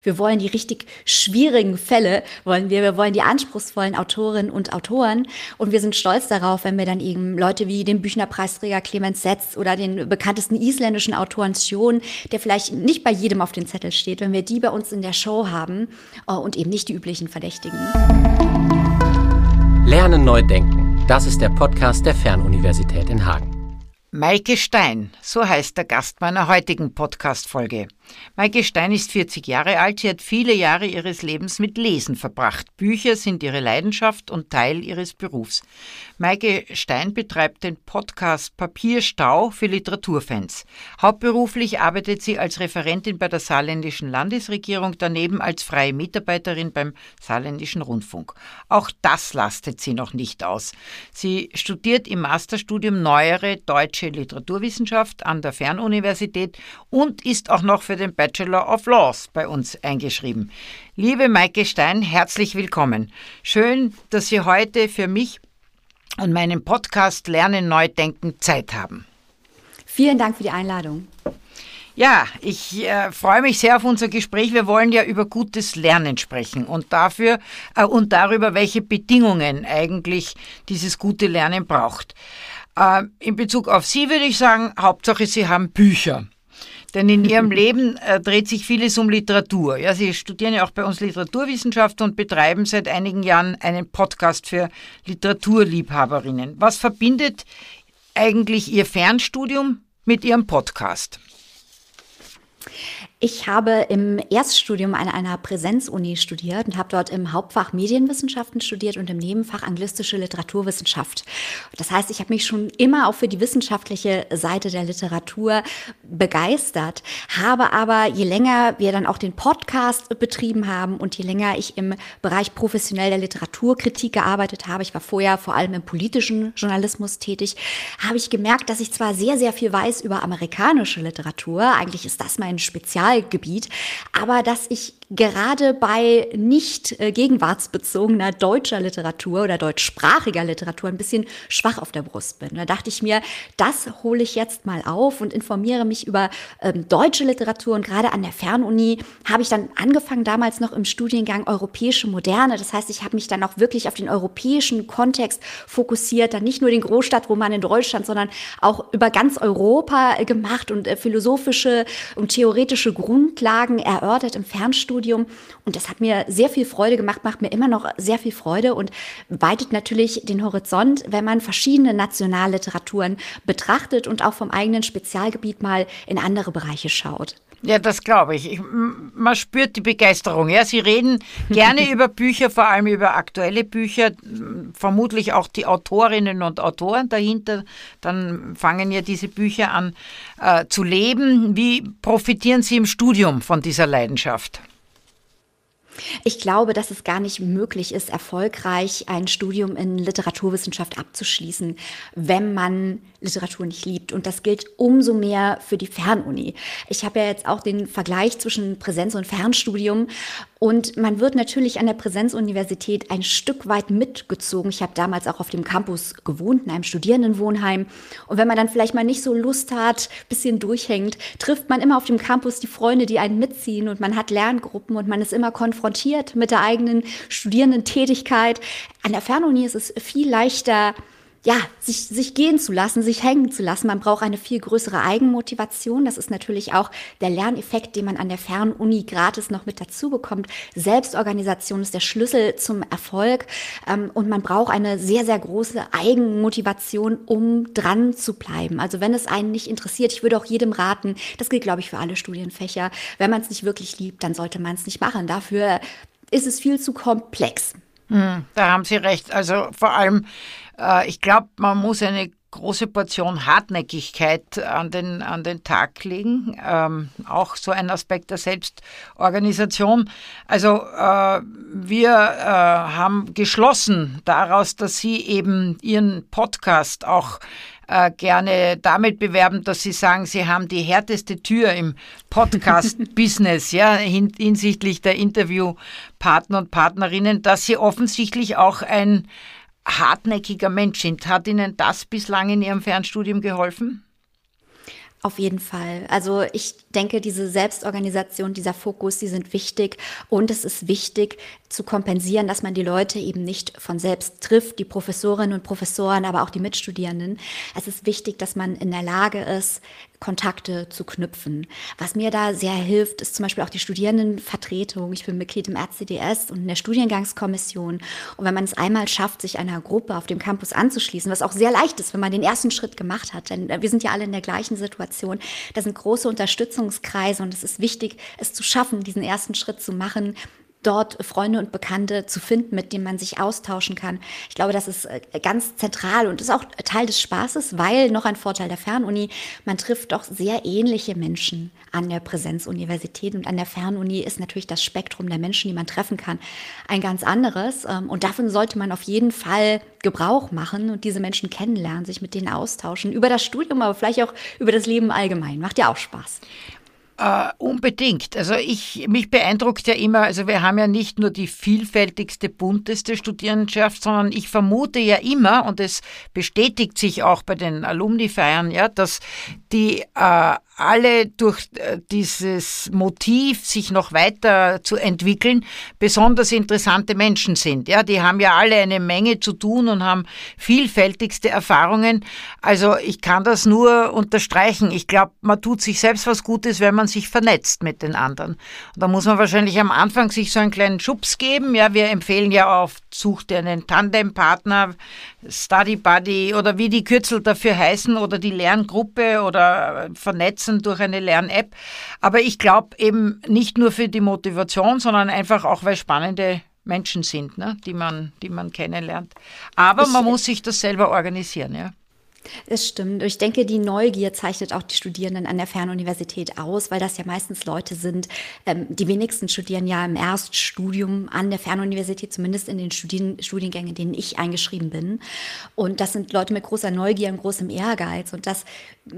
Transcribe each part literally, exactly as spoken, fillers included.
Wir wollen die richtig schwierigen Fälle, wollen wir. Wir wollen die anspruchsvollen Autorinnen und Autoren. Und wir sind stolz darauf, wenn wir dann eben Leute wie den Büchner-Preisträger Clemens Setz oder den bekanntesten isländischen Autoren Sjón, der vielleicht nicht bei jedem auf den Zettel steht, wenn wir die bei uns in der Show haben und eben nicht die üblichen Verdächtigen. Lernen neu denken. Das ist der Podcast der Fernuniversität in Hagen. Maike Stein, so heißt der Gast meiner heutigen Podcast-Folge. Maike Stein ist vierzig Jahre alt, sie hat viele Jahre ihres Lebens mit Lesen verbracht. Bücher sind ihre Leidenschaft und Teil ihres Berufs. Maike Stein betreibt den Podcast Papierstau für Literaturfans. Hauptberuflich arbeitet sie als Referentin bei der saarländischen Landesregierung, daneben als freie Mitarbeiterin beim saarländischen Rundfunk. Auch das lastet sie noch nicht aus. Sie studiert im Masterstudium Neuere Deutsche Literaturwissenschaft an der Fernuniversität und ist auch noch für den Bachelor of Laws bei uns eingeschrieben. Liebe Maike Stein, herzlich willkommen. Schön, dass Sie heute für mich und meinen Podcast Lernen neu denken Zeit haben. Vielen Dank für die Einladung. Ja, ich äh, freue mich sehr auf unser Gespräch. Wir wollen ja über gutes Lernen sprechen und dafür äh, und darüber, welche Bedingungen eigentlich dieses gute Lernen braucht. Äh, in Bezug auf Sie würde ich sagen, Hauptsache Sie haben Bücher. Denn in Ihrem Leben äh, dreht sich vieles um Literatur. Ja, Sie studieren ja auch bei uns Literaturwissenschaft und betreiben seit einigen Jahren einen Podcast für Literaturliebhaberinnen. Was verbindet eigentlich Ihr Fernstudium mit Ihrem Podcast? Ich habe im Erststudium an einer Präsenzuni studiert und habe dort im Hauptfach Medienwissenschaften studiert und im Nebenfach anglistische Literaturwissenschaft. Das heißt, ich habe mich schon immer auch für die wissenschaftliche Seite der Literatur begeistert, habe aber, je länger wir dann auch den Podcast betrieben haben und je länger ich im Bereich professionell der Literaturkritik gearbeitet habe, ich war vorher vor allem im politischen Journalismus tätig, habe ich gemerkt, dass ich zwar sehr, sehr viel weiß über amerikanische Literatur, eigentlich ist das mein Spezial Gebiet, aber dass ich gerade bei nicht äh, gegenwartsbezogener deutscher Literatur oder deutschsprachiger Literatur ein bisschen schwach auf der Brust bin. Da dachte ich mir, das hole ich jetzt mal auf und informiere mich über ähm, deutsche Literatur. Und gerade an der Fernuni habe ich dann angefangen, damals noch im Studiengang Europäische Moderne. Das heißt, ich habe mich dann auch wirklich auf den europäischen Kontext fokussiert, dann nicht nur den Großstadtroman in Deutschland, sondern auch über ganz Europa äh, gemacht und äh, philosophische und theoretische Grundlagen erörtert im Fernstudium. Und das hat mir sehr viel Freude gemacht, macht mir immer noch sehr viel Freude und weitet natürlich den Horizont, wenn man verschiedene Nationalliteraturen betrachtet und auch vom eigenen Spezialgebiet mal in andere Bereiche schaut. Ja, das glaube ich. ich. Man spürt die Begeisterung. Ja, Sie reden gerne über Bücher, vor allem über aktuelle Bücher, vermutlich auch die Autorinnen und Autoren dahinter. Dann fangen ja diese Bücher an äh, zu leben. Wie profitieren Sie im Studium von dieser Leidenschaft? Ich glaube, dass es gar nicht möglich ist, erfolgreich ein Studium in Literaturwissenschaft abzuschließen, wenn man Literatur nicht liebt. Und das gilt umso mehr für die Fernuni. Ich habe ja jetzt auch den Vergleich zwischen Präsenz- und Fernstudium. Und man wird natürlich an der Präsenzuniversität ein Stück weit mitgezogen. Ich habe damals auch auf dem Campus gewohnt, in einem Studierendenwohnheim. Und wenn man dann vielleicht mal nicht so Lust hat, ein bisschen durchhängt, trifft man immer auf dem Campus die Freunde, die einen mitziehen. Und man hat Lerngruppen und man ist immer konfrontiert mit der eigenen Studierendentätigkeit. An der Fernuni ist es viel leichter, ja, sich, sich gehen zu lassen, sich hängen zu lassen. Man braucht eine viel größere Eigenmotivation. Das ist natürlich auch der Lerneffekt, den man an der Fernuni gratis noch mit dazu bekommt. Selbstorganisation ist der Schlüssel zum Erfolg. Und man braucht eine sehr, sehr große Eigenmotivation, um dran zu bleiben. Also wenn es einen nicht interessiert, ich würde auch jedem raten, das gilt, glaube ich, für alle Studienfächer, wenn man es nicht wirklich liebt, dann sollte man es nicht machen. Dafür ist es viel zu komplex. Hm, da haben Sie recht. Also vor allem, äh, ich glaube, man muss eine große Portion Hartnäckigkeit an den, an den Tag legen. Ähm, auch so ein Aspekt der Selbstorganisation. Also äh, wir äh, haben geschlossen daraus, dass Sie eben Ihren Podcast auch äh, gerne damit bewerben, dass Sie sagen, Sie haben die härteste Tür im Podcast-Business, ja, hin, hinsichtlich der Interviewpartner und Partnerinnen, dass Sie offensichtlich auch ein hartnäckiger Mensch sind. Hat Ihnen das bislang in Ihrem Fernstudium geholfen? Auf jeden Fall. Also ich denke, diese Selbstorganisation, dieser Fokus, die sind wichtig. Und es ist wichtig zu kompensieren, dass man die Leute eben nicht von selbst trifft, die Professorinnen und Professoren, aber auch die Mitstudierenden. Es ist wichtig, dass man in der Lage ist, Kontakte zu knüpfen. Was mir da sehr hilft, ist zum Beispiel auch die Studierendenvertretung. Ich bin Mitglied im R C D S und in der Studiengangskommission. Und wenn man es einmal schafft, sich einer Gruppe auf dem Campus anzuschließen, was auch sehr leicht ist, wenn man den ersten Schritt gemacht hat, denn wir sind ja alle in der gleichen Situation, da sind große Unterstützungskreise und es ist wichtig, es zu schaffen, diesen ersten Schritt zu machen, dort Freunde und Bekannte zu finden, mit denen man sich austauschen kann. Ich glaube, das ist ganz zentral und ist auch Teil des Spaßes, weil noch ein Vorteil der Fernuni, man trifft doch sehr ähnliche Menschen an der Präsenzuniversität und an der Fernuni ist natürlich das Spektrum der Menschen, die man treffen kann, ein ganz anderes und davon sollte man auf jeden Fall Gebrauch machen und diese Menschen kennenlernen, sich mit denen austauschen, über das Studium, aber vielleicht auch über das Leben allgemein. Macht ja auch Spaß. Uh, unbedingt. Also ich, mich beeindruckt ja immer, also wir haben ja nicht nur die vielfältigste, bunteste Studierendenschaft, sondern ich vermute ja immer, und es bestätigt sich auch bei den Alumni-Feiern, ja, dass die uh, alle durch uh, dieses Motiv, sich noch weiter zu entwickeln, besonders interessante Menschen sind. Ja, die haben ja alle eine Menge zu tun und haben vielfältigste Erfahrungen. Also ich kann das nur unterstreichen. Ich glaube, man tut sich selbst was Gutes, wenn man sich vernetzt mit den anderen. Und da muss man wahrscheinlich am Anfang sich so einen kleinen Schubs geben. Ja, wir empfehlen ja oft, such dir einen Tandempartner, Study Buddy oder wie die Kürzel dafür heißen oder die Lerngruppe oder vernetzen durch eine Lern-App. Aber ich glaube eben nicht nur für die Motivation, sondern einfach auch, weil spannende Menschen sind, ne, die man, die man kennenlernt. Aber ich, man muss sich das selber organisieren, ja. Es stimmt. Ich denke, die Neugier zeichnet auch die Studierenden an der Fernuniversität aus, weil das ja meistens Leute sind, ähm, die wenigsten studieren ja im Erststudium an der Fernuniversität, zumindest in den Studien, Studiengängen, in denen ich eingeschrieben bin. Und das sind Leute mit großer Neugier und großem Ehrgeiz. Und das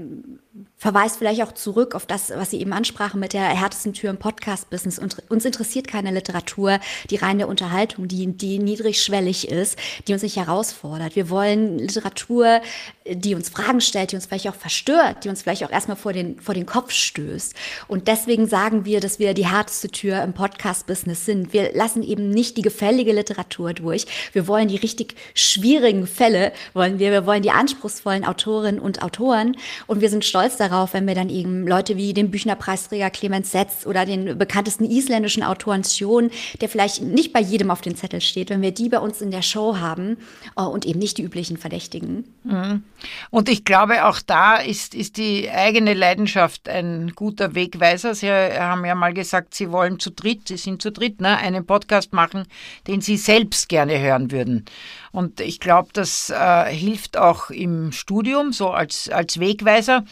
verweist vielleicht auch zurück auf das, was Sie eben ansprachen mit der härtesten Tür im Podcast-Business. Und uns interessiert keine Literatur, die reine Unterhaltung, die, die niedrigschwellig ist, die uns nicht herausfordert. Wir wollen Literatur, die uns Fragen stellt, die uns vielleicht auch verstört, die uns vielleicht auch erstmal vor den, vor den Kopf stößt. Und deswegen sagen wir, dass wir die härteste Tür im Podcast-Business sind. Wir lassen eben nicht die gefällige Literatur durch. Wir wollen die richtig schwierigen Fälle, wollen wir. Wir wollen die anspruchsvollen Autorinnen und Autoren. Und wir sind stolz darauf, wenn wir dann eben Leute wie den Büchner-Preisträger Clemens Setz oder den bekanntesten isländischen Autoren Sjón, der vielleicht nicht bei jedem auf den Zettel steht, wenn wir die bei uns in der Show haben und eben nicht die üblichen Verdächtigen. Und ich glaube, auch da ist, ist die eigene Leidenschaft ein guter Wegweiser. Sie haben ja mal gesagt, Sie wollen zu dritt, Sie sind zu dritt, ne, einen Podcast machen, den Sie selbst gerne hören würden. Und ich glaube, das äh, hilft auch im Studium, so als, als Wegweiser.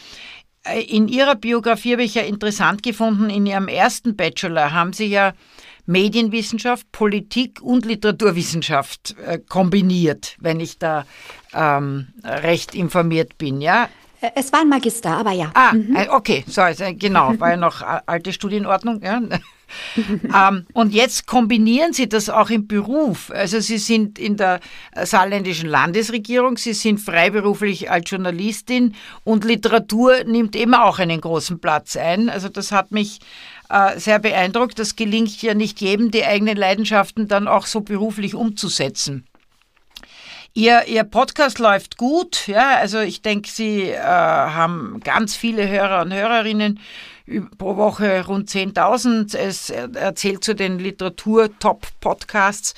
In Ihrer Biografie habe ich ja interessant gefunden, in Ihrem ersten Bachelor haben Sie ja Medienwissenschaft, Politik und Literaturwissenschaft äh, kombiniert, wenn ich da ähm, recht informiert bin, ja? Es war ein Magister, aber ja. Ah, mhm. okay, so, also, genau, war ja noch alte Studienordnung, ja. ähm, und jetzt kombinieren Sie das auch im Beruf. Also Sie sind in der saarländischen Landesregierung, Sie sind freiberuflich als Journalistin und Literatur nimmt eben auch einen großen Platz ein. Also das hat mich äh, sehr beeindruckt. Das gelingt ja nicht jedem, die eigenen Leidenschaften dann auch so beruflich umzusetzen. Ihr, Ihr Podcast läuft gut, ja, also ich denke, Sie äh, haben ganz viele Hörer und Hörerinnen, pro Woche rund zehntausend. Es erzählt zu den Literatur-Top-Podcasts.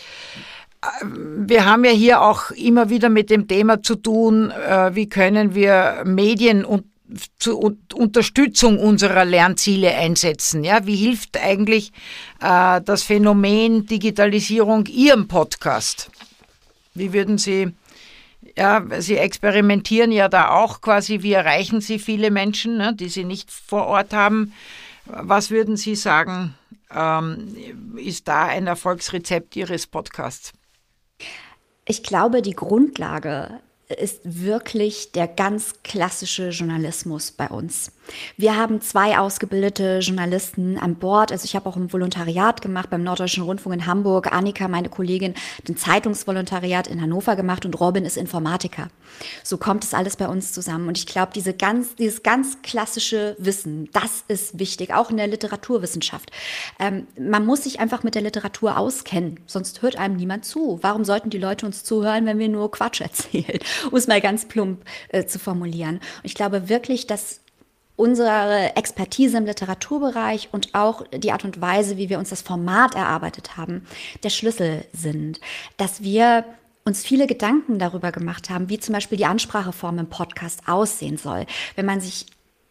Wir haben ja hier auch immer wieder mit dem Thema zu tun, wie können wir Medien und zur Unterstützung unserer Lernziele einsetzen. Ja, wie hilft eigentlich äh, das Phänomen Digitalisierung Ihrem Podcast? Wie würden Sie, ja, Sie experimentieren ja da auch quasi, wie erreichen Sie viele Menschen, ne, die Sie nicht vor Ort haben? Was würden Sie sagen, ähm, ist da ein Erfolgsrezept Ihres Podcasts? Ich glaube, die Grundlage ist wirklich der ganz klassische Journalismus bei uns. Wir haben zwei ausgebildete Journalisten an Bord. Also ich habe auch ein Volontariat gemacht beim Norddeutschen Rundfunk in Hamburg. Annika, meine Kollegin, hat ein Zeitungsvolontariat in Hannover gemacht und Robin ist Informatiker. So kommt es alles bei uns zusammen. Und ich glaube, diese ganz, dieses ganz klassische Wissen, das ist wichtig, auch in der Literaturwissenschaft. Ähm, man muss sich einfach mit der Literatur auskennen, sonst hört einem niemand zu. Warum sollten die Leute uns zuhören, wenn wir nur Quatsch erzählen? Um es mal ganz plump äh, zu formulieren. Und ich glaube wirklich, dass unsere Expertise im Literaturbereich und auch die Art und Weise, wie wir uns das Format erarbeitet haben, der Schlüssel sind. Dass wir uns viele Gedanken darüber gemacht haben, wie zum Beispiel die Anspracheform im Podcast aussehen soll. Wenn man sich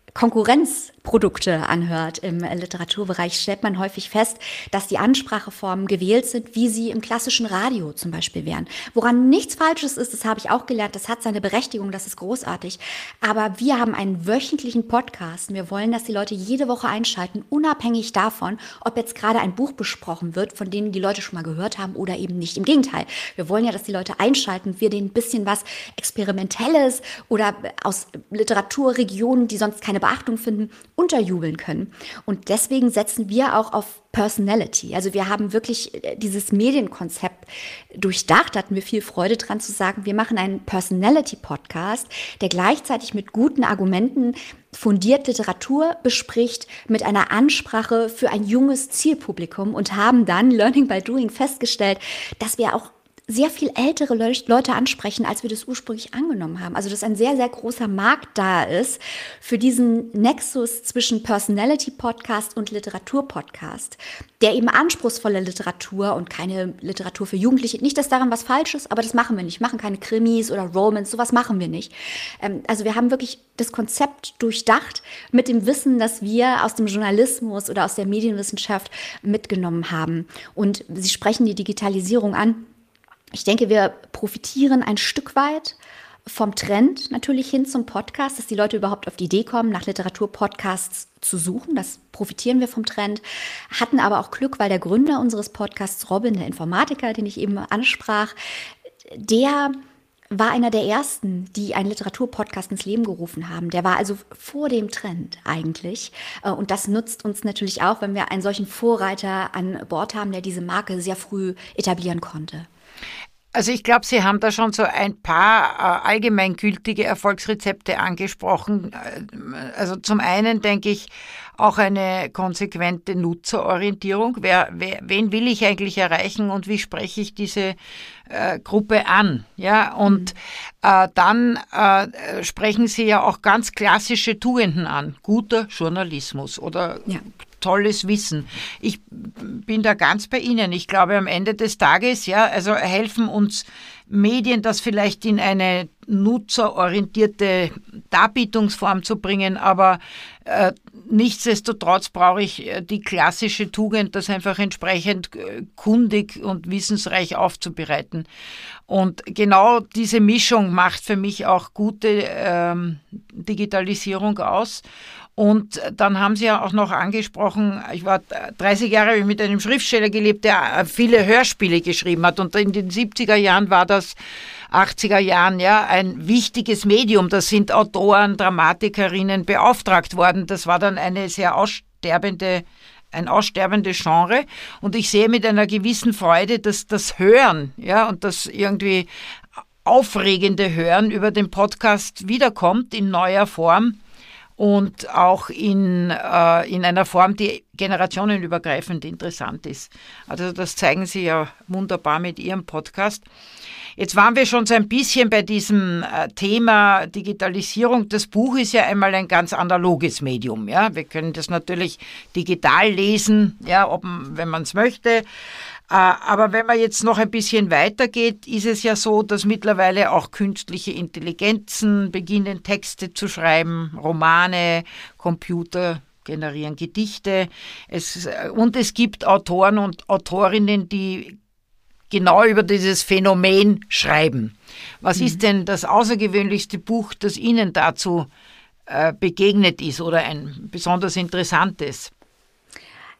Konkurrenzprodukte anhört im Literaturbereich, stellt man häufig fest, dass die Anspracheformen gewählt sind, wie sie im klassischen Radio zum Beispiel wären. Woran nichts Falsches ist, das habe ich auch gelernt, das hat seine Berechtigung, das ist großartig. Aber wir haben einen wöchentlichen Podcast und wir wollen, dass die Leute jede Woche einschalten, unabhängig davon, ob jetzt gerade ein Buch besprochen wird, von denen die Leute schon mal gehört haben oder eben nicht. Im Gegenteil, wir wollen ja, dass die Leute einschalten, wir denen ein bisschen was Experimentelles oder aus Literaturregionen, die sonst keine Beachtung finden, unterjubeln können. Und deswegen setzen wir auch auf Personality. Also wir haben wirklich dieses Medienkonzept durchdacht, da hatten wir viel Freude dran zu sagen, wir machen einen Personality-Podcast, der gleichzeitig mit guten Argumenten fundiert Literatur bespricht, mit einer Ansprache für ein junges Zielpublikum und haben dann, Learning by Doing, festgestellt, dass wir auch sehr viel ältere Leute ansprechen, als wir das ursprünglich angenommen haben. Also dass ein sehr, sehr großer Markt da ist für diesen Nexus zwischen Personality-Podcast und Literatur-Podcast, der eben anspruchsvolle Literatur und keine Literatur für Jugendliche, nicht, dass daran was falsch ist, aber das machen wir nicht. Wir machen keine Krimis oder Romans, sowas machen wir nicht. Also wir haben wirklich das Konzept durchdacht mit dem Wissen, das wir aus dem Journalismus oder aus der Medienwissenschaft mitgenommen haben. Und Sie sprechen die Digitalisierung an. Ich denke, wir profitieren ein Stück weit vom Trend natürlich hin zum Podcast, dass die Leute überhaupt auf die Idee kommen, nach Literaturpodcasts zu suchen. Das profitieren wir vom Trend. Hatten aber auch Glück, weil der Gründer unseres Podcasts, Robin, der Informatiker, den ich eben ansprach, der war einer der ersten, die einen Literaturpodcast ins Leben gerufen haben. Der war also vor dem Trend eigentlich. Und das nutzt uns natürlich auch, wenn wir einen solchen Vorreiter an Bord haben, der diese Marke sehr früh etablieren konnte. Also ich glaube, Sie haben da schon so ein paar äh, allgemeingültige Erfolgsrezepte angesprochen. Also zum einen denke ich auch eine konsequente Nutzerorientierung. Wer, wer, wen will ich eigentlich erreichen und wie spreche ich diese äh, Gruppe an? Ja, und mhm. äh, dann äh, sprechen Sie ja auch ganz klassische Tugenden an. Guter Journalismus oder ja. Tolles Wissen. Ich bin da ganz bei Ihnen. Ich glaube, am Ende des Tages, ja, also helfen uns Medien, das vielleicht in eine nutzerorientierte Darbietungsform zu bringen, aber äh, nichtsdestotrotz brauche ich äh, die klassische Tugend, das einfach entsprechend äh, kundig und wissensreich aufzubereiten. Und genau diese Mischung macht für mich auch gute ähm, Digitalisierung aus. Und dann haben Sie ja auch noch angesprochen, ich war dreißig Jahre mit einem Schriftsteller gelebt, der viele Hörspiele geschrieben hat. Und in den siebziger Jahren war das, achtziger Jahren, ja, ein wichtiges Medium. Da sind Autoren, Dramatikerinnen beauftragt worden. Das war dann eine sehr aussterbende, ein aussterbendes Genre. Und ich sehe mit einer gewissen Freude, dass das Hören, ja, und das irgendwie aufregende Hören über den Podcast wiederkommt in neuer Form. Und auch in, äh, in einer Form, die generationenübergreifend interessant ist. Also das zeigen Sie ja wunderbar mit Ihrem Podcast. Jetzt waren wir schon so ein bisschen bei diesem äh, Thema Digitalisierung. Das Buch ist ja einmal ein ganz analoges Medium. Ja? Wir können das natürlich digital lesen, ja, ob, wenn man es möchte. Aber wenn man jetzt noch ein bisschen weitergeht, ist es ja so, dass mittlerweile auch künstliche Intelligenzen beginnen, Texte zu schreiben, Romane, Computer generieren Gedichte. Es, und es gibt Autoren und Autorinnen, die genau über dieses Phänomen schreiben. Was mhm. ist denn das außergewöhnlichste Buch, das Ihnen dazu äh, begegnet ist oder ein besonders interessantes?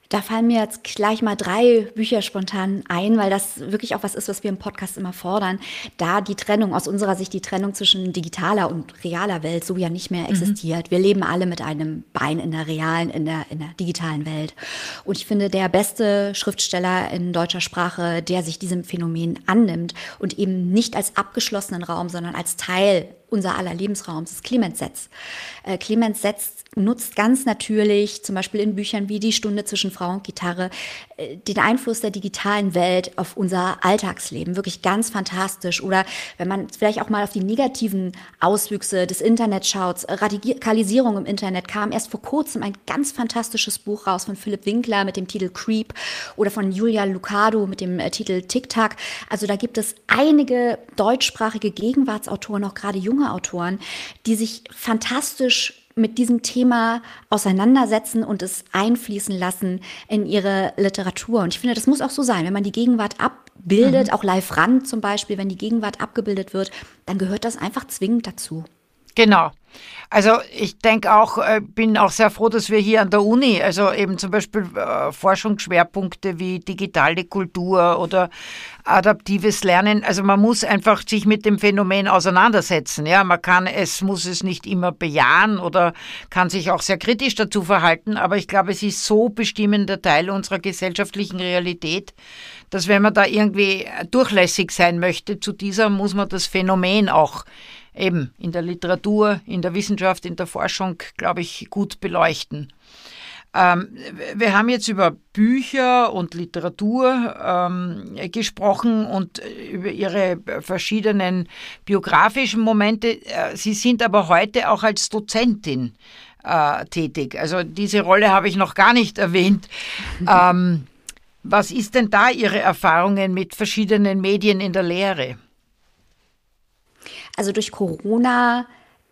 Da fallen mir jetzt gleich mal drei Bücher spontan ein, weil das wirklich auch was ist, was wir im Podcast immer fordern. Da die Trennung, aus unserer Sicht die Trennung zwischen digitaler und realer Welt so ja nicht mehr existiert. Mhm. Wir leben alle mit einem Bein in der realen, in der, in der digitalen Welt. Und ich finde, der beste Schriftsteller in deutscher Sprache, der sich diesem Phänomen annimmt und eben nicht als abgeschlossenen Raum, sondern als Teil unser aller Lebensraums, ist Clemens Setz. Äh, Clemens Setz nutzt ganz natürlich, zum Beispiel in Büchern wie Die Stunde zwischen Frau und Gitarre, äh, den Einfluss der digitalen Welt auf unser Alltagsleben. Wirklich ganz fantastisch. Oder wenn man vielleicht auch mal auf die negativen Auswüchse des Internets schaut, Radikalisierung im Internet, kam erst vor kurzem ein ganz fantastisches Buch raus von Philipp Winkler mit dem Titel Creep oder von Julia Lucado mit dem äh, Titel TikTok. Also da gibt es einige deutschsprachige Gegenwartsautoren, auch gerade junge Autoren, die sich fantastisch mit diesem Thema auseinandersetzen und es einfließen lassen in ihre Literatur. Und ich finde, das muss auch so sein. Wenn man die Gegenwart abbildet, mhm. auch Live Rand zum Beispiel, wenn die Gegenwart abgebildet wird, dann gehört das einfach zwingend dazu. Genau. Also ich denke auch, äh, bin auch sehr froh, dass wir hier an der Uni, also eben zum Beispiel äh, Forschungsschwerpunkte wie digitale Kultur oder adaptives Lernen, also man muss einfach sich mit dem Phänomen auseinandersetzen. Ja, man kann es, muss es nicht immer bejahen oder kann sich auch sehr kritisch dazu verhalten, aber ich glaube, es ist so bestimmender Teil unserer gesellschaftlichen Realität, dass wenn man da irgendwie durchlässig sein möchte zu dieser, muss man das Phänomen auch eben in der Literatur, in der Wissenschaft, in der Forschung, glaube ich, gut beleuchten. Ähm, wir haben jetzt über Bücher und Literatur ähm, gesprochen und über Ihre verschiedenen biografischen Momente. Sie sind aber heute auch als Dozentin äh, tätig. Also diese Rolle habe ich noch gar nicht erwähnt. Ähm, was ist denn da Ihre Erfahrungen mit verschiedenen Medien in der Lehre? Also durch Corona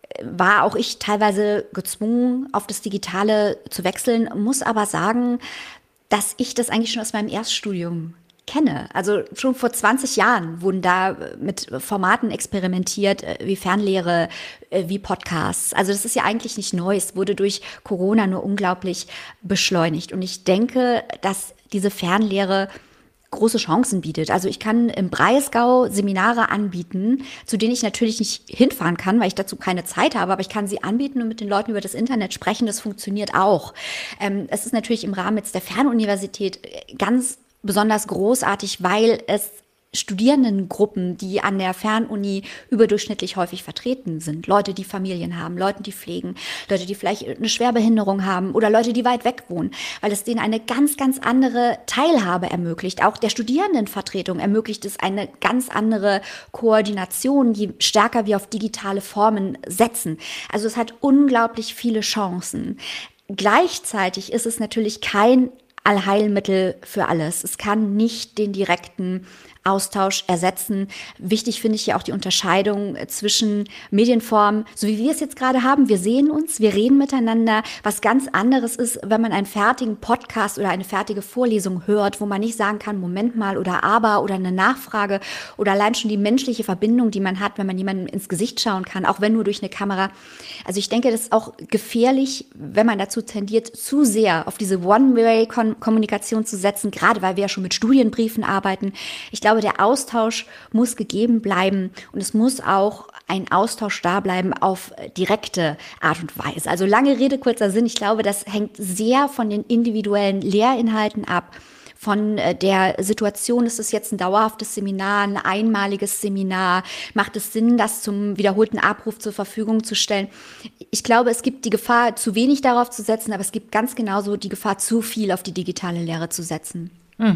war auch ich teilweise gezwungen, auf das Digitale zu wechseln, muss aber sagen, dass ich das eigentlich schon aus meinem Erststudium kenne. Also schon vor zwanzig Jahren wurden da mit Formaten experimentiert, wie Fernlehre, wie Podcasts. Also das ist ja eigentlich nicht neu. Es wurde durch Corona nur unglaublich beschleunigt. Und ich denke, dass diese Fernlehre große Chancen bietet. Also ich kann im Breisgau Seminare anbieten, zu denen ich natürlich nicht hinfahren kann, weil ich dazu keine Zeit habe, aber ich kann sie anbieten und mit den Leuten über das Internet sprechen. Das funktioniert auch. Ähm, es ist natürlich im Rahmen jetzt der Fernuniversität ganz besonders großartig, weil es Studierendengruppen, die an der Fernuni überdurchschnittlich häufig vertreten sind. Leute, die Familien haben, Leute, die pflegen, Leute, die vielleicht eine Schwerbehinderung haben oder Leute, die weit weg wohnen, weil es denen eine ganz, ganz andere Teilhabe ermöglicht. Auch der Studierendenvertretung ermöglicht es eine ganz andere Koordination, je stärker wir auf digitale Formen setzen. Also es hat unglaublich viele Chancen. Gleichzeitig ist es natürlich kein Allheilmittel für alles. Es kann nicht den direkten Austausch ersetzen. Wichtig finde ich ja auch die Unterscheidung zwischen Medienformen, so wie wir es jetzt gerade haben. Wir sehen uns, wir reden miteinander. Was ganz anderes ist, wenn man einen fertigen Podcast oder eine fertige Vorlesung hört, wo man nicht sagen kann, Moment mal oder aber oder eine Nachfrage oder allein schon die menschliche Verbindung, die man hat, wenn man jemandem ins Gesicht schauen kann, auch wenn nur durch eine Kamera. Also ich denke, das ist auch gefährlich, wenn man dazu tendiert, zu sehr auf diese One-Way-Kommunikation zu setzen, gerade weil wir ja schon mit Studienbriefen arbeiten. Ich glaube, der Austausch muss gegeben bleiben und es muss auch ein Austausch da bleiben auf direkte Art und Weise. Also lange Rede, kurzer Sinn. Ich glaube, das hängt sehr von den individuellen Lehrinhalten ab. Von der Situation, ist es jetzt ein dauerhaftes Seminar, ein einmaliges Seminar? Macht es Sinn, das zum wiederholten Abruf zur Verfügung zu stellen? Ich glaube, es gibt die Gefahr, zu wenig darauf zu setzen, aber es gibt ganz genauso die Gefahr, zu viel auf die digitale Lehre zu setzen.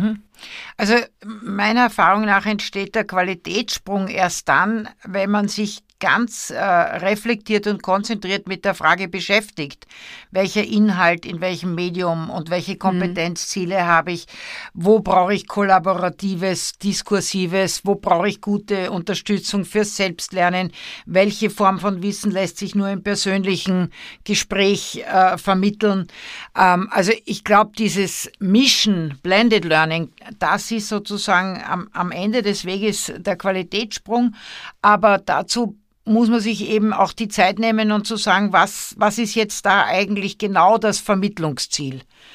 Also meiner Erfahrung nach entsteht der Qualitätssprung erst dann, wenn man sich ganz äh, reflektiert und konzentriert mit der Frage beschäftigt, welcher Inhalt in welchem Medium und welche Kompetenzziele mhm. habe ich, wo brauche ich kollaboratives, diskursives, wo brauche ich gute Unterstützung fürs Selbstlernen, welche Form von Wissen lässt sich nur im persönlichen Gespräch äh, vermitteln. Ähm, also ich glaube, dieses Mischen, Blended Learning, das ist sozusagen am, am Ende des Weges der Qualitätssprung, aber dazu muss man sich eben auch die Zeit nehmen und zu sagen, was, was ist jetzt da eigentlich genau das Vermittlungsziel?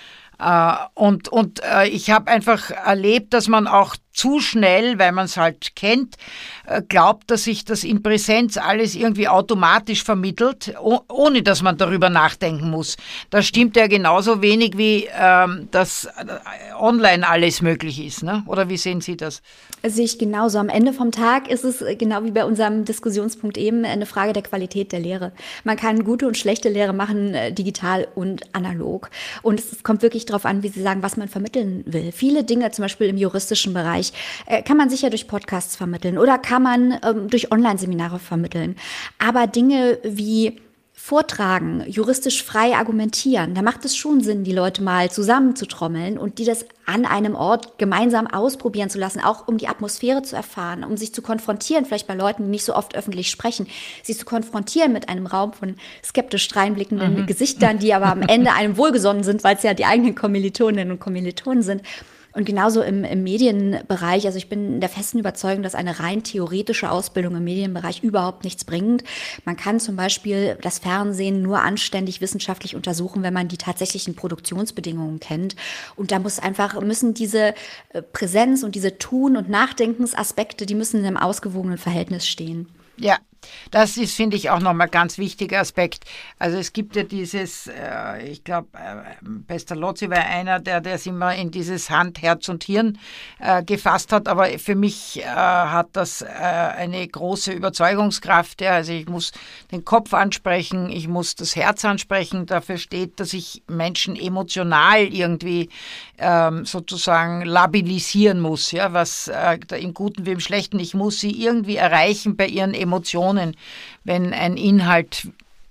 Äh, und und äh, ich habe einfach erlebt, dass man auch zu schnell, weil man es halt kennt, äh, glaubt, dass sich das in Präsenz alles irgendwie automatisch vermittelt, oh, ohne dass man darüber nachdenken muss. Das stimmt ja genauso wenig, wie ähm, dass äh, online alles möglich ist, ne? Oder wie sehen Sie das? Sehe ich genauso. Am Ende vom Tag ist es genau wie bei unserem Diskussionspunkt eben eine Frage der Qualität der Lehre. Man kann gute und schlechte Lehre machen, äh, digital und analog. Und es, es kommt wirklich darauf an, wie Sie sagen, was man vermitteln will. Viele Dinge, zum Beispiel im juristischen Bereich, äh, kann man sicher durch Podcasts vermitteln oder kann man ähm, durch Online-Seminare vermitteln. Aber Dinge wie Vortragen, juristisch frei argumentieren, da macht es schon Sinn, die Leute mal zusammenzutrommeln und die das an einem Ort gemeinsam ausprobieren zu lassen, auch um die Atmosphäre zu erfahren, um sich zu konfrontieren, vielleicht bei Leuten, die nicht so oft öffentlich sprechen, sie zu konfrontieren mit einem Raum von skeptisch dreinblickenden mhm. Gesichtern, die aber am Ende einem wohlgesonnen sind, weil es ja die eigenen Kommilitoninnen und Kommilitonen sind. Und genauso im, im Medienbereich, also ich bin der festen Überzeugung, dass eine rein theoretische Ausbildung im Medienbereich überhaupt nichts bringt. Man kann zum Beispiel das Fernsehen nur anständig wissenschaftlich untersuchen, wenn man die tatsächlichen Produktionsbedingungen kennt. Und da muss einfach, müssen diese Präsenz und diese Tun- und Nachdenkensaspekte, die müssen in einem ausgewogenen Verhältnis stehen. Ja, das ist, finde ich, auch nochmal ein ganz wichtiger Aspekt. Also es gibt ja dieses, äh, ich glaube, äh, Pestalozzi war einer, der es immer in dieses Hand, Herz und Hirn äh, gefasst hat, aber für mich äh, hat das äh, eine große Überzeugungskraft. Ja. Also ich muss den Kopf ansprechen, ich muss das Herz ansprechen, dafür steht, dass ich Menschen emotional irgendwie ähm, sozusagen labilisieren muss, ja, was äh, im Guten wie im Schlechten, ich muss sie irgendwie erreichen bei ihren Emotionen, wenn ein Inhalt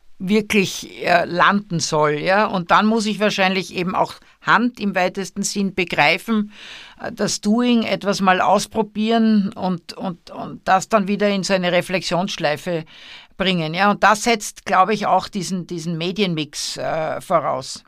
wirklich äh, landen soll, ja, und dann muss ich wahrscheinlich eben auch Hand im weitesten Sinn begreifen, äh, das Doing, etwas mal ausprobieren und, und, und das dann wieder in so eine Reflexionsschleife bringen, ja, und das setzt, glaube ich, auch diesen, diesen Medienmix äh, voraus.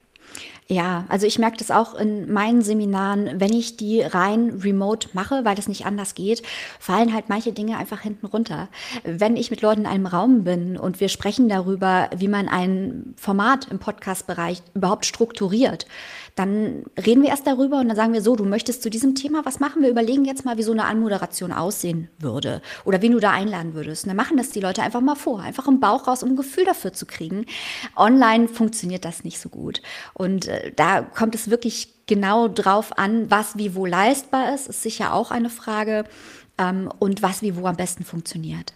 Ja, also ich merke das auch in meinen Seminaren, wenn ich die rein remote mache, weil das nicht anders geht, fallen halt manche Dinge einfach hinten runter. Wenn ich mit Leuten in einem Raum bin und wir sprechen darüber, wie man ein Format im Podcast-Bereich überhaupt strukturiert, dann reden wir erst darüber und dann sagen wir so, du möchtest zu diesem Thema was machen? Wir überlegen jetzt mal, wie so eine Anmoderation aussehen würde oder wen du da einladen würdest. Und dann machen das die Leute einfach mal vor, einfach im Bauch raus, um ein Gefühl dafür zu kriegen. Online funktioniert das nicht so gut. Und äh, da kommt es wirklich genau drauf an, was wie wo leistbar ist, ist sicher auch eine Frage, ähm, und was wie wo am besten funktioniert.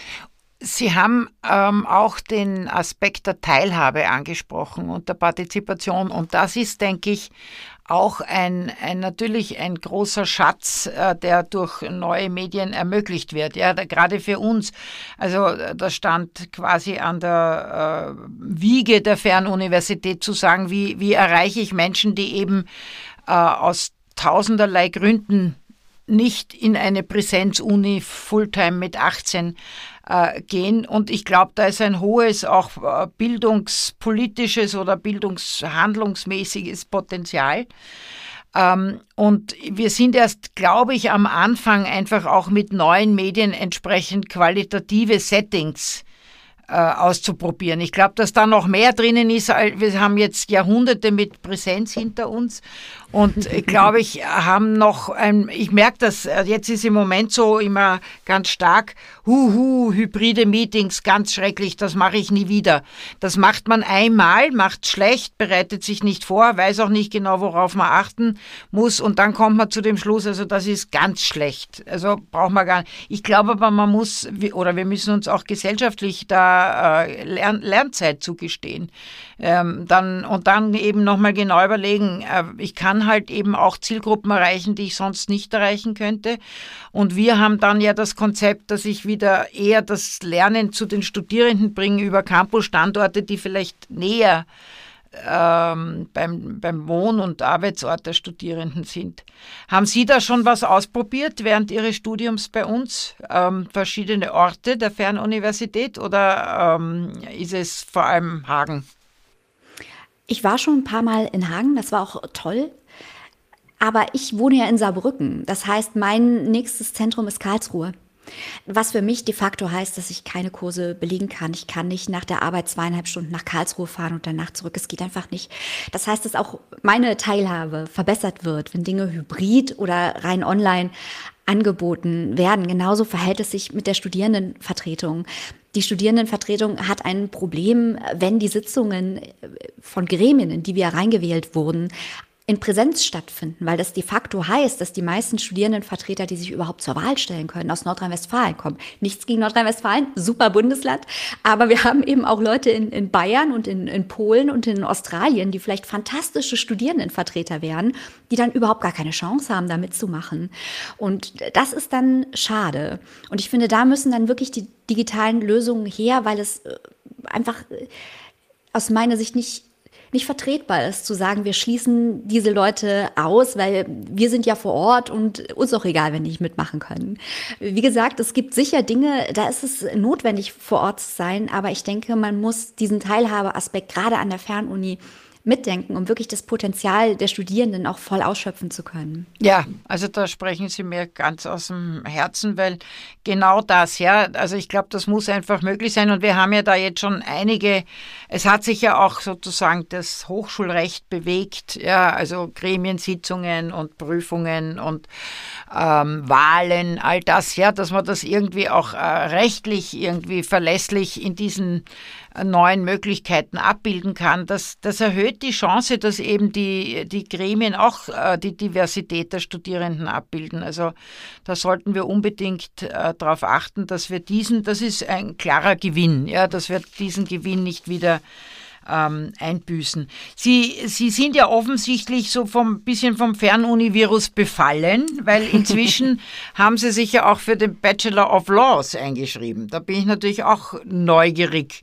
Sie haben ähm, auch den Aspekt der Teilhabe angesprochen und der Partizipation. Und das ist, denke ich, auch ein, ein natürlich ein großer Schatz, äh, der durch neue Medien ermöglicht wird. Ja, da, gerade für uns. Also das stand quasi an der äh, Wiege der Fernuniversität zu sagen, wie, wie erreiche ich Menschen, die eben äh, aus tausenderlei Gründen nicht in eine Präsenz-Uni Fulltime mit achtzehn äh, gehen. Und ich glaube, da ist ein hohes auch äh, bildungspolitisches oder bildungshandlungsmäßiges Potenzial. Ähm, und wir sind erst, glaube ich, am Anfang einfach auch mit neuen Medien entsprechend qualitative Settings äh, auszuprobieren. Ich glaube, dass da noch mehr drinnen ist. Wir haben jetzt Jahrhunderte mit Präsenz hinter uns. Und glaube ich, haben noch ein, ich merke das, jetzt ist im Moment so immer ganz stark, huhu, hybride Meetings, ganz schrecklich, das mache ich nie wieder. Das macht man einmal, macht schlecht, bereitet sich nicht vor, weiß auch nicht genau, worauf man achten muss und dann kommt man zu dem Schluss, also das ist ganz schlecht. Also braucht man gar nicht. Ich glaube aber, man muss, oder wir müssen uns auch gesellschaftlich da äh, Lern, Lernzeit zugestehen. Ähm, dann, und dann eben nochmal genau überlegen, äh, ich kann halt eben auch Zielgruppen erreichen, die ich sonst nicht erreichen könnte. Und wir haben dann ja das Konzept, dass ich wieder eher das Lernen zu den Studierenden bringe über Campusstandorte, die vielleicht näher ähm, beim, beim Wohn- und Arbeitsort der Studierenden sind. Haben Sie da schon was ausprobiert während Ihres Studiums bei uns? Ähm, verschiedene Orte der Fernuniversität oder ähm, ist es vor allem Hagen? Ich war schon ein paar Mal in Hagen, das war auch toll. Aber ich wohne ja in Saarbrücken. Das heißt, mein nächstes Zentrum ist Karlsruhe. Was für mich de facto heißt, dass ich keine Kurse belegen kann. Ich kann nicht nach der Arbeit zweieinhalb Stunden nach Karlsruhe fahren und danach zurück. Es geht einfach nicht. Das heißt, dass auch meine Teilhabe verbessert wird, wenn Dinge hybrid oder rein online angeboten werden. Genauso verhält es sich mit der Studierendenvertretung. Die Studierendenvertretung hat ein Problem, wenn die Sitzungen von Gremien, in die wir reingewählt wurden, in Präsenz stattfinden, weil das de facto heißt, dass die meisten Studierendenvertreter, die sich überhaupt zur Wahl stellen können, aus Nordrhein-Westfalen kommen. Nichts gegen Nordrhein-Westfalen, super Bundesland, aber wir haben eben auch Leute in, in Bayern und in, in Polen und in Australien, die vielleicht fantastische Studierendenvertreter wären, die dann überhaupt gar keine Chance haben, da mitzumachen. Und das ist dann schade. Und ich finde, da müssen dann wirklich die digitalen Lösungen her, weil es einfach aus meiner Sicht nicht nicht vertretbar ist, zu sagen, wir schließen diese Leute aus, weil wir sind ja vor Ort und uns auch egal, wenn die nicht mitmachen können. Wie gesagt, es gibt sicher Dinge, da ist es notwendig, vor Ort zu sein, aber ich denke, man muss diesen Teilhabeaspekt gerade an der Fernuni mitdenken, um wirklich das Potenzial der Studierenden auch voll ausschöpfen zu können. Ja, also da sprechen Sie mir ganz aus dem Herzen, weil genau das, ja, also ich glaube, das muss einfach möglich sein und wir haben ja da jetzt schon einige, es hat sich ja auch sozusagen das Hochschulrecht bewegt, ja, also Gremiensitzungen und Prüfungen und ähm, Wahlen, all das, ja, dass man das irgendwie auch äh, rechtlich irgendwie verlässlich in diesen neuen Möglichkeiten abbilden kann. Das, das erhöht die Chance, dass eben die, die Gremien auch äh, die Diversität der Studierenden abbilden. Also da sollten wir unbedingt äh, darauf achten, dass wir diesen, das ist ein klarer Gewinn, ja, dass wir diesen Gewinn nicht wieder ähm, einbüßen. Sie, Sie sind ja offensichtlich so vom bisschen vom Fernuni-Virus befallen, weil inzwischen haben Sie sich ja auch für den Bachelor of Laws eingeschrieben. Da bin ich natürlich auch neugierig.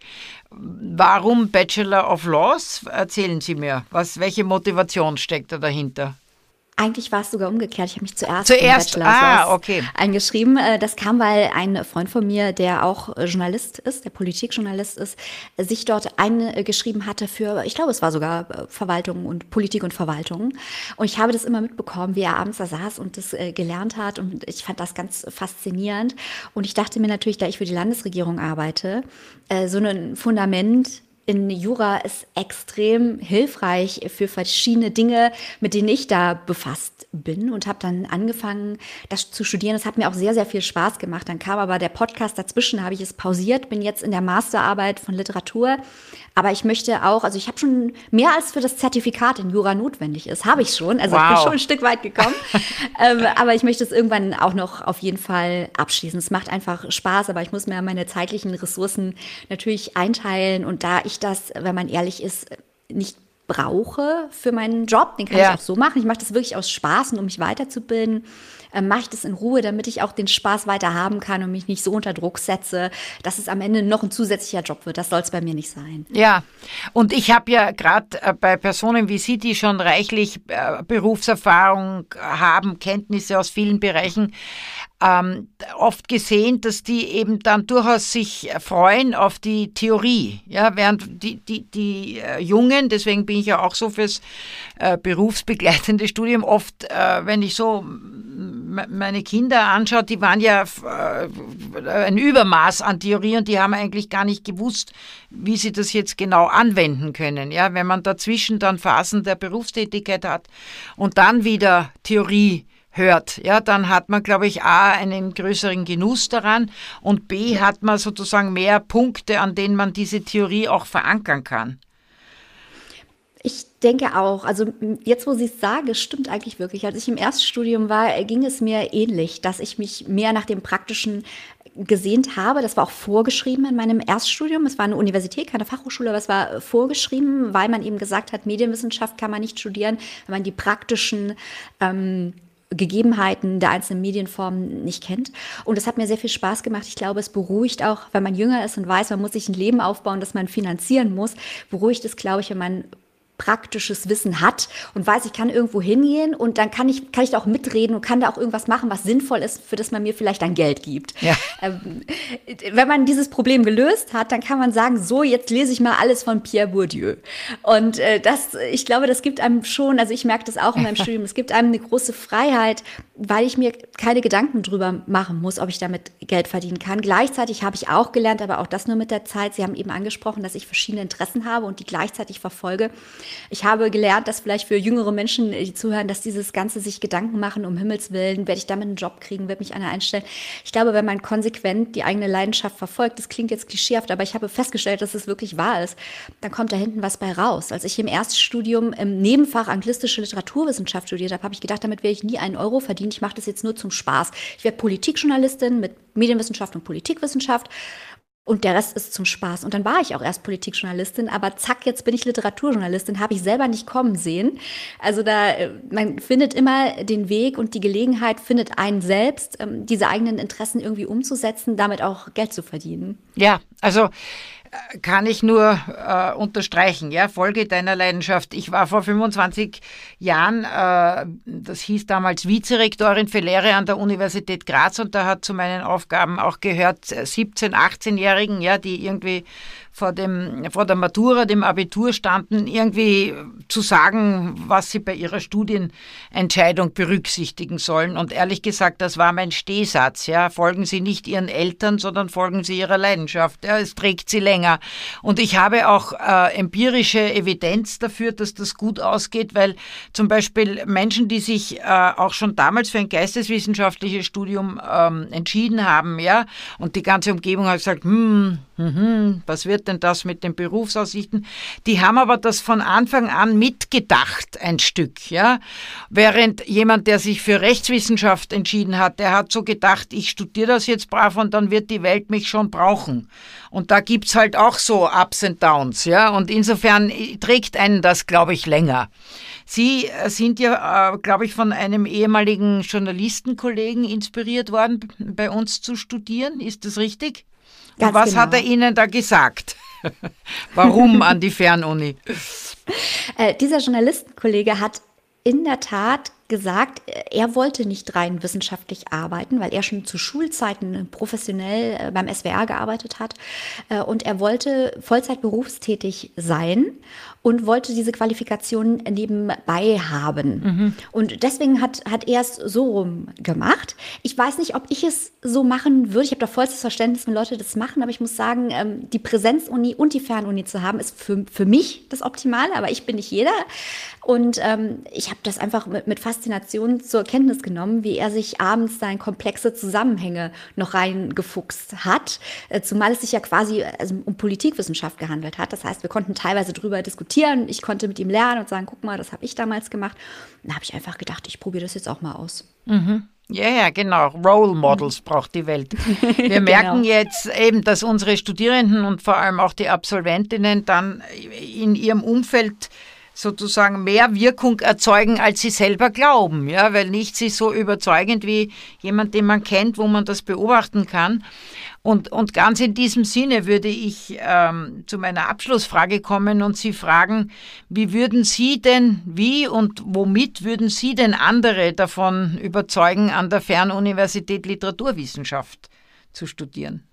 Warum Bachelor of Laws? Erzählen Sie mir, was, welche Motivation steckt da dahinter? Eigentlich war es sogar umgekehrt. Ich habe mich zuerst, zuerst im Bachelor ah, okay. eingeschrieben. Das kam, weil ein Freund von mir, der auch Journalist ist, der Politikjournalist ist, sich dort eingeschrieben hatte für, ich glaube, es war sogar Verwaltung und Politik und Verwaltung. Und ich habe das immer mitbekommen, wie er abends da saß und das gelernt hat. Und ich fand das ganz faszinierend. Und ich dachte mir natürlich, da ich für die Landesregierung arbeite, so ein Fundament in Jura ist extrem hilfreich für verschiedene Dinge, mit denen ich da befasst bin und habe dann angefangen, das zu studieren. Das hat mir auch sehr, sehr viel Spaß gemacht. Dann kam aber der Podcast dazwischen, habe ich es pausiert, bin jetzt in der Masterarbeit von Literatur. Aber ich möchte auch, also ich habe schon mehr als für das Zertifikat in Jura notwendig ist, habe ich schon. Also wow. Ich bin schon ein Stück weit gekommen. ähm, aber ich möchte es irgendwann auch noch auf jeden Fall abschließen. Es macht einfach Spaß, aber ich muss mir meine zeitlichen Ressourcen natürlich einteilen. Und da ich das, wenn man ehrlich ist, nicht brauche für meinen Job, den kann ja. ich auch so machen. Ich mache das wirklich aus Spaß und um mich weiterzubilden. Ähm, mache ich das in Ruhe, damit ich auch den Spaß weiter haben kann und mich nicht so unter Druck setze, dass es am Ende noch ein zusätzlicher Job wird. Das soll es bei mir nicht sein. Ja, und ich habe ja gerade äh, bei Personen wie Sie, die schon reichlich äh, Berufserfahrung haben, Kenntnisse aus vielen Bereichen, ähm, oft gesehen, dass die eben dann durchaus sich freuen auf die Theorie. Ja, während die, die, die äh, Jungen, deswegen bin ich ja auch so fürs äh, berufsbegleitende Studium, oft, äh, wenn ich so meine Kinder anschaut, die waren ja äh, ein Übermaß an Theorie und die haben eigentlich gar nicht gewusst, wie sie das jetzt genau anwenden können. Ja, wenn man dazwischen dann Phasen der Berufstätigkeit hat und dann wieder Theorie hört, ja, dann hat man, glaube ich, A, einen größeren Genuss daran und B, hat man sozusagen mehr Punkte, an denen man diese Theorie auch verankern kann. Ich denke auch, also jetzt, wo Sie es sagen, stimmt eigentlich wirklich. Als ich im Erststudium war, ging es mir ähnlich, dass ich mich mehr nach dem Praktischen gesehnt habe. Das war auch vorgeschrieben in meinem Erststudium. Es war eine Universität, keine Fachhochschule, aber es war vorgeschrieben, weil man eben gesagt hat, Medienwissenschaft kann man nicht studieren, wenn man die praktischen ähm, Gegebenheiten der einzelnen Medienformen nicht kennt. Und es hat mir sehr viel Spaß gemacht. Ich glaube, es beruhigt auch, wenn man jünger ist und weiß, man muss sich ein Leben aufbauen, das man finanzieren muss, beruhigt es, glaube ich, wenn man praktisches Wissen hat und weiß, ich kann irgendwo hingehen und dann kann ich, kann ich da auch mitreden und kann da auch irgendwas machen, was sinnvoll ist, für das man mir vielleicht dann Geld gibt. Ja. Ähm, wenn man dieses Problem gelöst hat, dann kann man sagen, so, jetzt lese ich mal alles von Pierre Bourdieu. Und äh, das, ich glaube, das gibt einem schon, also ich merke das auch in meinem Studium, es gibt einem eine große Freiheit, weil ich mir keine Gedanken drüber machen muss, ob ich damit Geld verdienen kann. Gleichzeitig habe ich auch gelernt, aber auch das nur mit der Zeit, Sie haben eben angesprochen, dass ich verschiedene Interessen habe und die gleichzeitig verfolge. Ich habe gelernt, dass vielleicht für jüngere Menschen, die zuhören, dass dieses Ganze sich Gedanken machen, um Himmels Willen, werde ich damit einen Job kriegen, wird mich einer einstellen. Ich glaube, wenn man konsequent die eigene Leidenschaft verfolgt, das klingt jetzt klischeehaft, aber ich habe festgestellt, dass es wirklich wahr ist, dann kommt da hinten was bei raus. Als ich im Erststudium im Nebenfach anglistische Literaturwissenschaft studiert habe, habe ich gedacht, damit werde ich nie einen Euro verdienen. Ich mache das jetzt nur zum Spaß. Ich werde Politikjournalistin mit Medienwissenschaft und Politikwissenschaft. Und der Rest ist zum Spaß. Und dann war ich auch erst Politikjournalistin, aber zack, jetzt bin ich Literaturjournalistin, habe ich selber nicht kommen sehen. Also da, man findet immer den Weg und die Gelegenheit findet einen selbst, diese eigenen Interessen irgendwie umzusetzen, damit auch Geld zu verdienen. Ja, also kann ich nur äh, unterstreichen, ja, Folge deiner Leidenschaft. Ich war vor fünfundzwanzig Jahren, äh, das hieß damals Vizerektorin für Lehre an der Universität Graz und da hat zu meinen Aufgaben auch gehört, siebzehn-, achtzehnjährigen, ja, die irgendwie vor dem, vor der Matura, dem Abitur standen, irgendwie zu sagen, was sie bei ihrer Studienentscheidung berücksichtigen sollen. Und ehrlich gesagt, das war mein Stehsatz, ja. Folgen Sie nicht Ihren Eltern, sondern folgen Sie Ihrer Leidenschaft. Ja, es trägt Sie länger. Und ich habe auch äh, empirische Evidenz dafür, dass das gut ausgeht, weil zum Beispiel Menschen, die sich äh, auch schon damals für ein geisteswissenschaftliches Studium ähm, entschieden haben, ja, und die ganze Umgebung hat gesagt, hm, hm, hm, was wird denn das mit den Berufsaussichten? Die haben aber das von Anfang an mitgedacht, ein Stück, ja. Während jemand, der sich für Rechtswissenschaft entschieden hat, der hat so gedacht, ich studiere das jetzt brav und dann wird die Welt mich schon brauchen. Und da gibt's halt auch so Ups and Downs, ja. Und insofern trägt einen das, glaube ich, länger. Sie sind ja, äh, glaube ich, von einem ehemaligen Journalistenkollegen inspiriert worden, bei uns zu studieren. Ist das richtig? Und Ganz was genau. hat er Ihnen da gesagt? Warum an die Fernuni? Äh, dieser Journalistenkollege hat in der Tat gesagt, er wollte nicht rein wissenschaftlich arbeiten, weil er schon zu Schulzeiten professionell beim S W R gearbeitet hat. Und er wollte Vollzeit berufstätig sein und wollte diese Qualifikation nebenbei haben. Mhm. Und deswegen hat, hat er es so rum gemacht. Ich weiß nicht, ob ich es so machen würde. Ich habe da vollstes Verständnis, wenn Leute das machen. Aber ich muss sagen, die Präsenzuni und die Fernuni zu haben, ist für, für mich das Optimale. Aber ich bin nicht jeder. Und ähm, ich habe das einfach mit, mit Faszination zur Kenntnis genommen, wie er sich abends da in komplexe Zusammenhänge noch reingefuchst hat. Äh, zumal es sich ja quasi also um Politikwissenschaft gehandelt hat. Das heißt, wir konnten teilweise drüber diskutieren. Ich konnte mit ihm lernen und sagen, guck mal, das habe ich damals gemacht. Und da habe ich einfach gedacht, ich probiere das jetzt auch mal aus. Mhm. Ja, ja, genau. Role Models mhm. braucht die Welt. Wir merken genau. jetzt eben, dass unsere Studierenden und vor allem auch die Absolventinnen dann in ihrem Umfeld sozusagen mehr Wirkung erzeugen, als sie selber glauben, ja, weil nichts ist so überzeugend wie jemand, den man kennt, wo man das beobachten kann. Und, und ganz in diesem Sinne würde ich ähm, zu meiner Abschlussfrage kommen und Sie fragen, wie würden Sie denn, wie und womit würden Sie denn andere davon überzeugen, an der Fernuniversität Literaturwissenschaft zu studieren?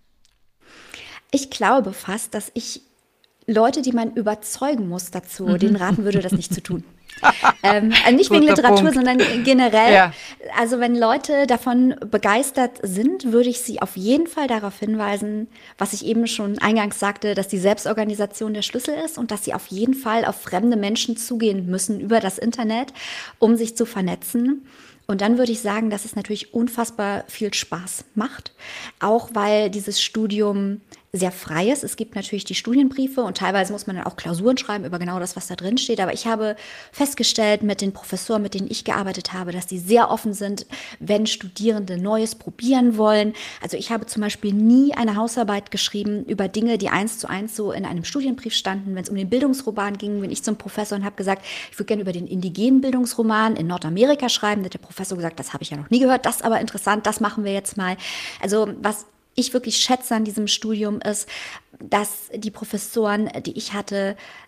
Ich glaube fast, dass ich Leute, die man überzeugen muss dazu, mhm. denen raten würde, das nicht zu tun. ähm, also nicht wegen Literatur, Punkt. sondern generell. Ja. Also wenn Leute davon begeistert sind, würde ich sie auf jeden Fall darauf hinweisen, was ich eben schon eingangs sagte, dass die Selbstorganisation der Schlüssel ist und dass sie auf jeden Fall auf fremde Menschen zugehen müssen über das Internet, um sich zu vernetzen. Und dann würde ich sagen, dass es natürlich unfassbar viel Spaß macht, auch weil dieses Studium sehr frei ist. Es gibt natürlich die Studienbriefe und teilweise muss man dann auch Klausuren schreiben über genau das, was da drin steht. Aber ich habe festgestellt mit den Professoren, mit denen ich gearbeitet habe, dass die sehr offen sind, wenn Studierende Neues probieren wollen. Also ich habe zum Beispiel nie eine Hausarbeit geschrieben über Dinge, die eins zu eins so in einem Studienbrief standen. Wenn es um den Bildungsroman ging, bin ich zum Professor und habe gesagt, ich würde gerne über den indigenen Bildungsroman in Nordamerika schreiben. Da hat der Professor gesagt, das habe ich ja noch nie gehört, das ist aber interessant, das machen wir jetzt mal. Also was ich wirklich schätze an diesem Studium ist, dass die Professoren, die ich hatte,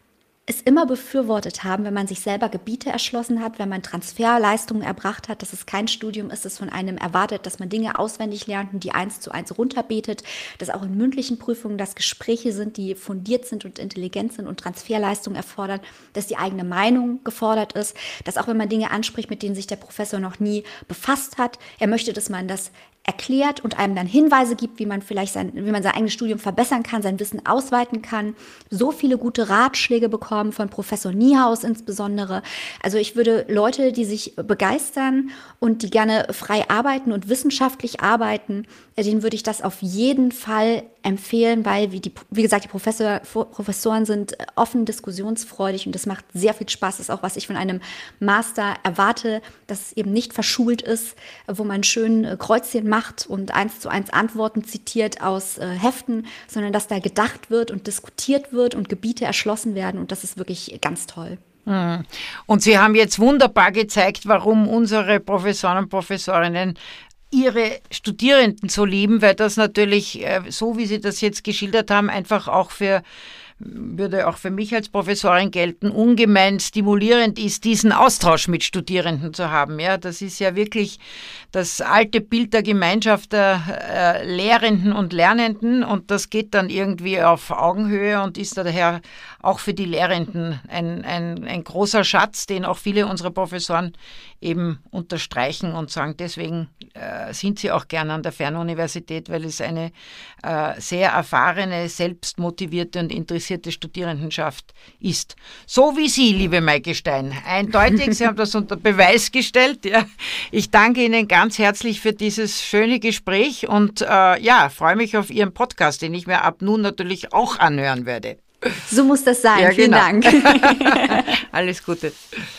es immer befürwortet haben, wenn man sich selber Gebiete erschlossen hat, wenn man Transferleistungen erbracht hat, dass es kein Studium ist, das von einem erwartet, dass man Dinge auswendig lernt und die eins zu eins runterbetet, dass auch in mündlichen Prüfungen das Gespräche sind, die fundiert sind und intelligent sind und Transferleistungen erfordern, dass die eigene Meinung gefordert ist, dass auch wenn man Dinge anspricht, mit denen sich der Professor noch nie befasst hat, er möchte, dass man das erklärt und einem dann Hinweise gibt, wie man vielleicht sein, wie man sein eigenes Studium verbessern kann, sein Wissen ausweiten kann. So viele gute Ratschläge bekommen von Professor Niehaus insbesondere. Also ich würde Leute, die sich begeistern und die gerne frei arbeiten und wissenschaftlich arbeiten, denen würde ich das auf jeden Fall empfehlen, weil, wie, die, wie gesagt, die Professor, Professoren sind offen, diskussionsfreudig und das macht sehr viel Spaß. Das ist auch, was ich von einem Master erwarte, dass es eben nicht verschult ist, wo man schön Kreuzchen macht und eins zu eins Antworten zitiert aus äh, Heften, sondern dass da gedacht wird und diskutiert wird und Gebiete erschlossen werden und das ist wirklich ganz toll. Und Sie haben jetzt wunderbar gezeigt, warum unsere Professoren und Professorinnen ihre Studierenden so lieben, weil das natürlich, so wie Sie das jetzt geschildert haben, einfach auch für, würde auch für mich als Professorin gelten, ungemein stimulierend ist, diesen Austausch mit Studierenden zu haben. Ja, das ist ja wirklich das alte Bild der Gemeinschaft der äh, Lehrenden und Lernenden und das geht dann irgendwie auf Augenhöhe und ist daher auch für die Lehrenden ein, ein, ein großer Schatz, den auch viele unserer Professoren eben unterstreichen und sagen, deswegen äh, sind sie auch gerne an der Fernuniversität, weil es eine äh, sehr erfahrene, selbstmotivierte und interessierte Studierendenschaft ist. So wie Sie, liebe Maike Stein. Eindeutig, Sie haben das unter Beweis gestellt. Ja. Ich danke Ihnen ganz herzlich für dieses schöne Gespräch und äh, ja, freue mich auf Ihren Podcast, den ich mir ab nun natürlich auch anhören werde. So muss das sein. Ja, Vielen genau. Dank. Alles Gute.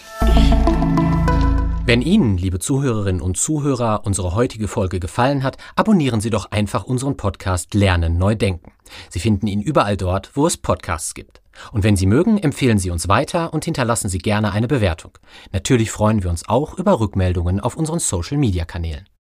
Wenn Ihnen, liebe Zuhörerinnen und Zuhörer, unsere heutige Folge gefallen hat, abonnieren Sie doch einfach unseren Podcast Lernen neu denken. Sie finden ihn überall dort, wo es Podcasts gibt. Und wenn Sie mögen, empfehlen Sie uns weiter und hinterlassen Sie gerne eine Bewertung. Natürlich freuen wir uns auch über Rückmeldungen auf unseren Social-Media-Kanälen.